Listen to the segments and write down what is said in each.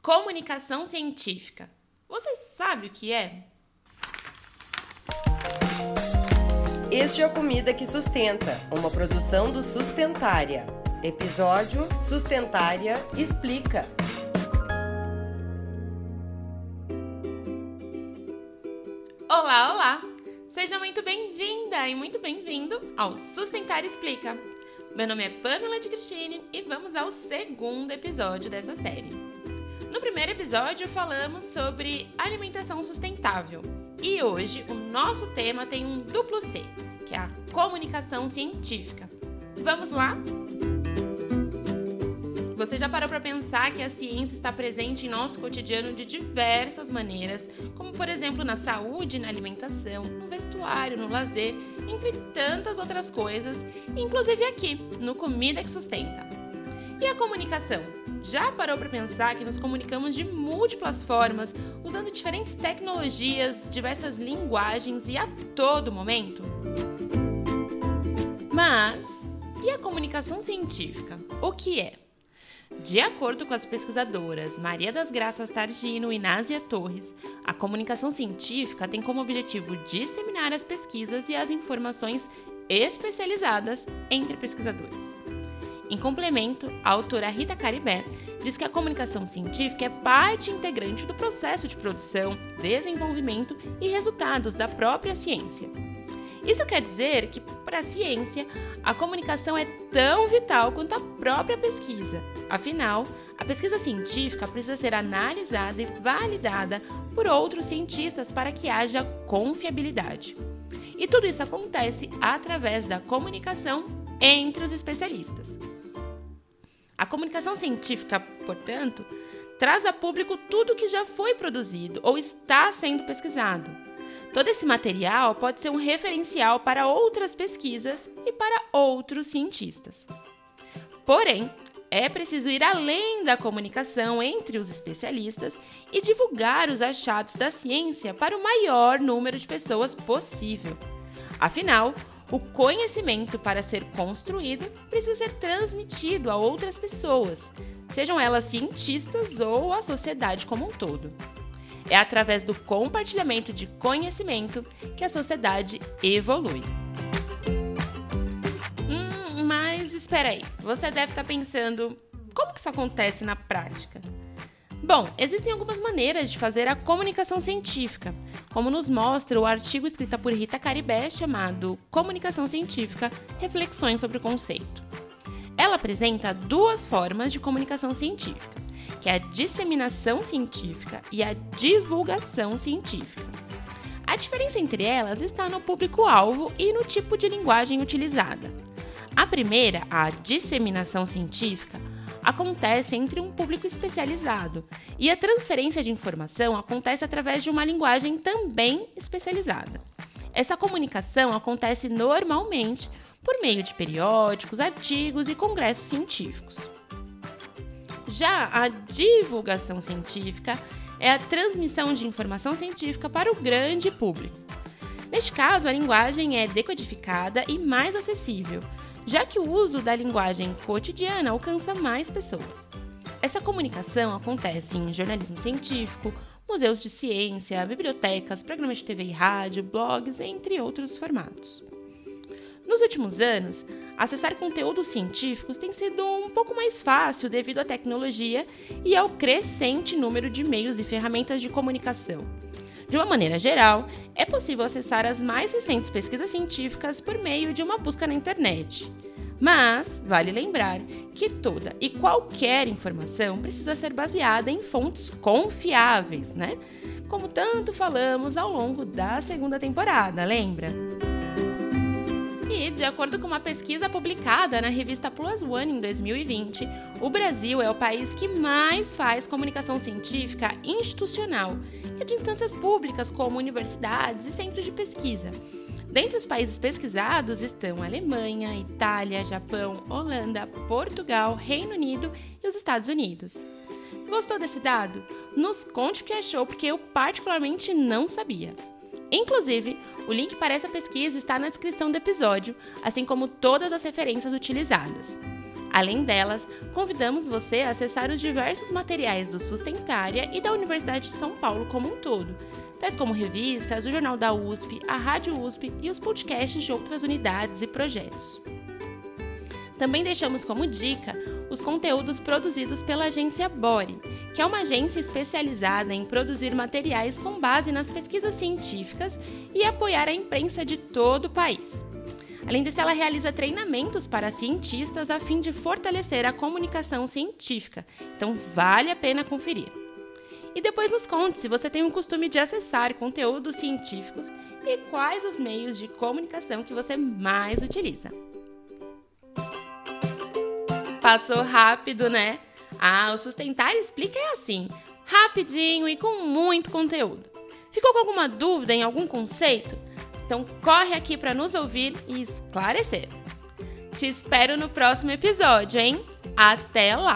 Comunicação científica. Você sabe o que é? Este é o Comida que Sustenta, uma produção do Sustentária. Episódio Sustentária Explica. Olá, olá! Seja muito bem-vinda e muito bem-vindo ao Sustentária Explica. Meu nome é Pamela de Cristine e vamos ao segundo episódio dessa série. No primeiro episódio falamos sobre alimentação sustentável e hoje o nosso tema tem um duplo C, que é a comunicação científica. Vamos lá? Você já parou para pensar que a ciência está presente em nosso cotidiano de diversas maneiras, como por exemplo na saúde, na alimentação, no vestuário, no lazer, entre tantas outras coisas, inclusive aqui, no Comida que Sustenta. E a comunicação? Já parou para pensar que nos comunicamos de múltiplas formas, usando diferentes tecnologias, diversas linguagens e a todo momento? Mas, e a comunicação científica? O que é? De acordo com as pesquisadoras Maria das Graças Targino e Násia Torres, a comunicação científica tem como objetivo disseminar as pesquisas e as informações especializadas entre pesquisadores. Em complemento, a autora Rita Caribé diz que a comunicação científica é parte integrante do processo de produção, desenvolvimento e resultados da própria ciência. Isso quer dizer que, para a ciência, a comunicação é tão vital quanto a própria pesquisa. Afinal, a pesquisa científica precisa ser analisada e validada por outros cientistas para que haja confiabilidade. E tudo isso acontece através da comunicação entre os especialistas. A comunicação científica, portanto, traz a público tudo que já foi produzido ou está sendo pesquisado. Todo esse material pode ser um referencial para outras pesquisas e para outros cientistas. Porém, é preciso ir além da comunicação entre os especialistas e divulgar os achados da ciência para o maior número de pessoas possível. Afinal, o conhecimento, para ser construído, precisa ser transmitido a outras pessoas, sejam elas cientistas ou a sociedade como um todo. É através do compartilhamento de conhecimento que a sociedade evolui. Mas espera aí, você deve estar pensando, como que isso acontece na prática? Bom, existem algumas maneiras de fazer a comunicação científica, como nos mostra o artigo escrito por Rita Caribé chamado Comunicação Científica, Reflexões sobre o Conceito. Ela apresenta duas formas de comunicação científica, que é a disseminação científica e a divulgação científica. A diferença entre elas está no público-alvo e no tipo de linguagem utilizada. A primeira, a disseminação científica, acontece entre um público especializado e a transferência de informação acontece através de uma linguagem também especializada. Essa comunicação acontece normalmente por meio de periódicos, artigos e congressos científicos. Já a divulgação científica é a transmissão de informação científica para o grande público. Neste caso, a linguagem é decodificada e mais acessível, já que o uso da linguagem cotidiana alcança mais pessoas. Essa comunicação acontece em jornalismo científico, museus de ciência, bibliotecas, programas de TV e rádio, blogs, entre outros formatos. Nos últimos anos, acessar conteúdos científicos tem sido um pouco mais fácil devido à tecnologia e ao crescente número de meios e ferramentas de comunicação. De uma maneira geral, é possível acessar as mais recentes pesquisas científicas por meio de uma busca na internet. Mas vale lembrar que toda e qualquer informação precisa ser baseada em fontes confiáveis, né? Como tanto falamos ao longo da segunda temporada, lembra? E, de acordo com uma pesquisa publicada na revista PLOS ONE em 2020, o Brasil é o país que mais faz comunicação científica institucional, que é de instâncias públicas como universidades e centros de pesquisa. Dentre os países pesquisados estão Alemanha, Itália, Japão, Holanda, Portugal, Reino Unido e os Estados Unidos. Gostou desse dado? Nos conte o que achou, porque eu particularmente não sabia. Inclusive, o link para essa pesquisa está na descrição do episódio, assim como todas as referências utilizadas. Além delas, convidamos você a acessar os diversos materiais do Sustentária e da Universidade de São Paulo como um todo, tais como revistas, o Jornal da USP, a Rádio USP e os podcasts de outras unidades e projetos. Também deixamos como dica os conteúdos produzidos pela agência Bore, que é uma agência especializada em produzir materiais com base nas pesquisas científicas e apoiar a imprensa de todo o país. Além disso, ela realiza treinamentos para cientistas a fim de fortalecer a comunicação científica, então vale a pena conferir. E depois nos conte se você tem o costume de acessar conteúdos científicos e quais os meios de comunicação que você mais utiliza. Passou rápido, né? O Sustentária Explica é assim, rapidinho e com muito conteúdo. Ficou com alguma dúvida em algum conceito? Então corre aqui para nos ouvir e esclarecer. Te espero no próximo episódio, hein? Até lá!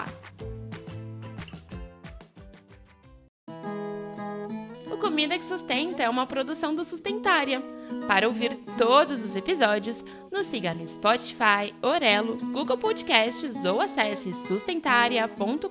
O Comida que Sustenta é uma produção do Sustentária. Para ouvir todos os episódios, nos siga no Spotify, Orelo, Google Podcasts ou acesse sustentaria.com.br.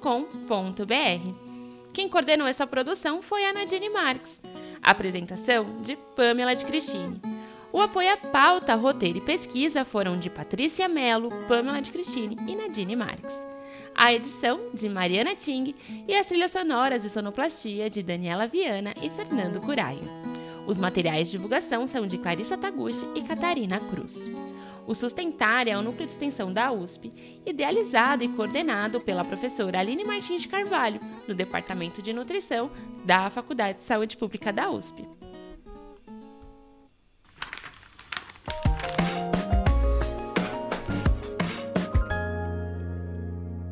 Quem coordenou essa produção foi a Nadine Marques. Apresentação de Pamela de Cristine. O apoio à pauta, roteiro e pesquisa foram de Patrícia Mello, Pamela de Cristine e Nadine Marques. A edição de Mariana Ting e as trilhas sonoras e sonoplastia de Daniela Viana e Fernando Curaio. Os materiais de divulgação são de Clarissa Taguchi e Catarina Cruz. O Sustentária é o núcleo de extensão da USP, idealizado e coordenado pela professora Aline Martins de Carvalho, do Departamento de Nutrição da Faculdade de Saúde Pública da USP.